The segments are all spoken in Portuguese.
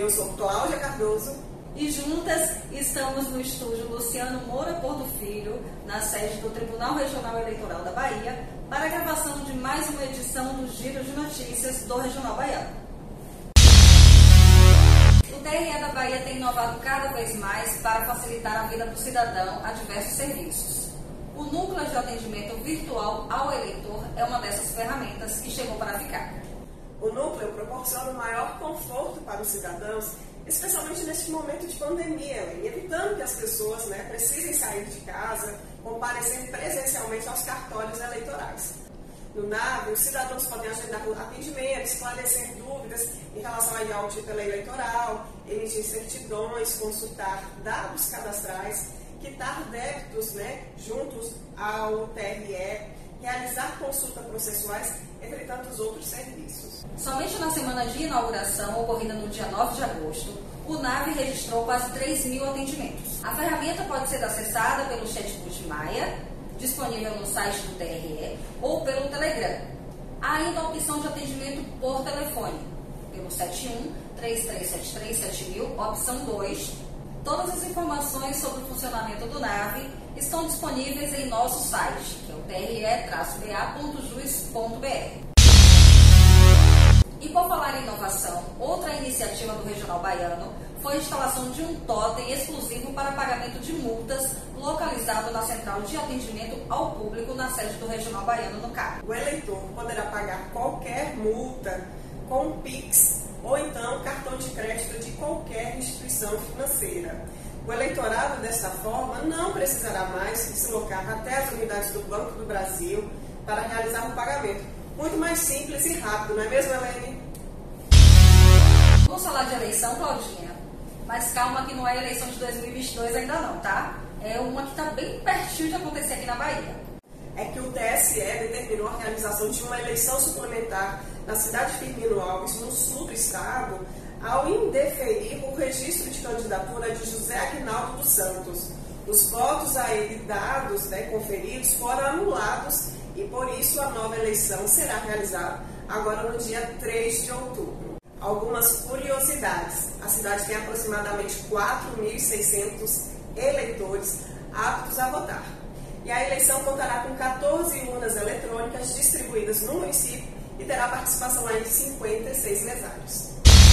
Eu sou Cláudia Cardoso. E juntas estamos no estúdio Luciano Moura Porto Filho, na sede do Tribunal Regional Eleitoral da Bahia, para a gravação de mais uma edição do Giro de Notícias do Regional Baiano. O TRE da Bahia tem inovado cada vez mais para facilitar a vida do cidadão a diversos serviços. O Núcleo de Atendimento Virtual ao Eleitor é uma dessas ferramentas que chegou para ficar. O núcleo proporciona o maior conforto para os cidadãos, especialmente neste momento de pandemia, evitando que as pessoas precisem sair de casa, comparecendo presencialmente aos cartórios eleitorais. No NAVE, os cidadãos podem agendar atendimento, esclarecer dúvidas em relação ao título eleitoral, emitir certidões, consultar dados cadastrais, quitar débitos juntos ao TRE, realizar consultas processuais, entre tantos outros serviços. Somente na semana de inauguração, ocorrida no dia 9 de agosto, o NAVE registrou quase 3.000 atendimentos. A ferramenta pode ser acessada pelo chatbot Maia, disponível no site do TRE, ou pelo Telegram. Há ainda a opção de atendimento por telefone, pelo 71-3373-7000, opção 2. Todas as informações sobre o funcionamento do NAVE estão disponíveis em nosso site, que é o tre-ba.jus.br. E por falar em inovação, outra iniciativa do Regional Baiano foi a instalação de um totem exclusivo para pagamento de multas, localizado na Central de Atendimento ao Público na sede do Regional Baiano, no CAP. O eleitor poderá pagar qualquer multa com Pix ou então cartão de crédito de qualquer instituição financeira. O eleitorado, desta forma, não precisará mais se deslocar até as unidades do Banco do Brasil para realizar o pagamento. Muito mais simples e rápido, não é mesmo, Helene? Vamos falar de eleição, Claudinha? Mas calma que não é a eleição de 2022 ainda não, tá? É uma que está bem pertinho de acontecer aqui na Bahia. É que o TSE determinou a realização de uma eleição suplementar na cidade de Firmino Alves, no sul do estado, ao indeferir o registro de candidatura de José Aguinaldo dos Santos. Os votos a ele dados, conferidos, foram anulados e por isso a nova eleição será realizada agora no dia 3 de outubro. Algumas curiosidades. A cidade tem aproximadamente 4.600 eleitores aptos a votar. E a eleição contará com 14 urnas eletrônicas distribuídas no município e terá participação em 56 mesários.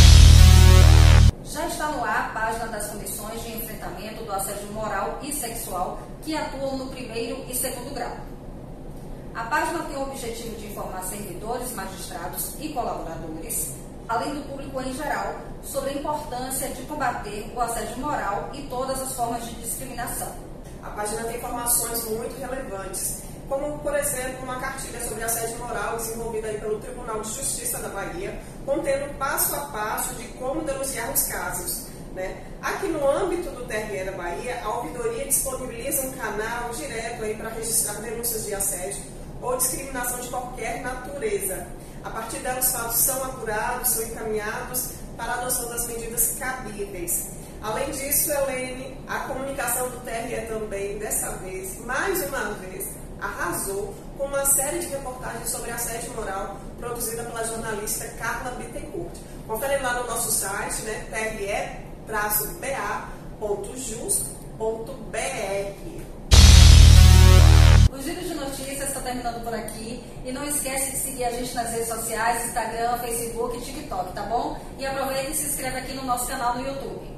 Já está no ar a página das comissões de enfrentamento do assédio moral e sexual que atuam no primeiro e segundo grau. A página tem o objetivo de informar servidores, magistrados e colaboradores, além do público em geral, sobre a importância de combater o assédio moral e todas as formas de discriminação. A página tem informações muito relevantes, como, por exemplo, uma cartilha sobre assédio moral desenvolvida pelo Tribunal de Justiça da Bahia, contendo passo a passo de como denunciar os casos. Aqui no âmbito do TRE da Bahia, a ouvidoria disponibiliza um canal direto para registrar denúncias de assédio ou discriminação de qualquer natureza. A partir dela, os fatos são apurados, são encaminhados para a adoção das medidas cabíveis. Além disso, Helene, a comunicação do TRE também, dessa vez, mais uma vez, arrasou com uma série de reportagens sobre assédio moral produzida pela jornalista Carla Bittencourt. Confere lá no nosso site, tre-ba.jus.br. O Giro de Notícias está terminando por aqui. E não esquece de seguir a gente nas redes sociais, Instagram, Facebook e TikTok, tá bom? E aproveita e se inscreve aqui no nosso canal no YouTube.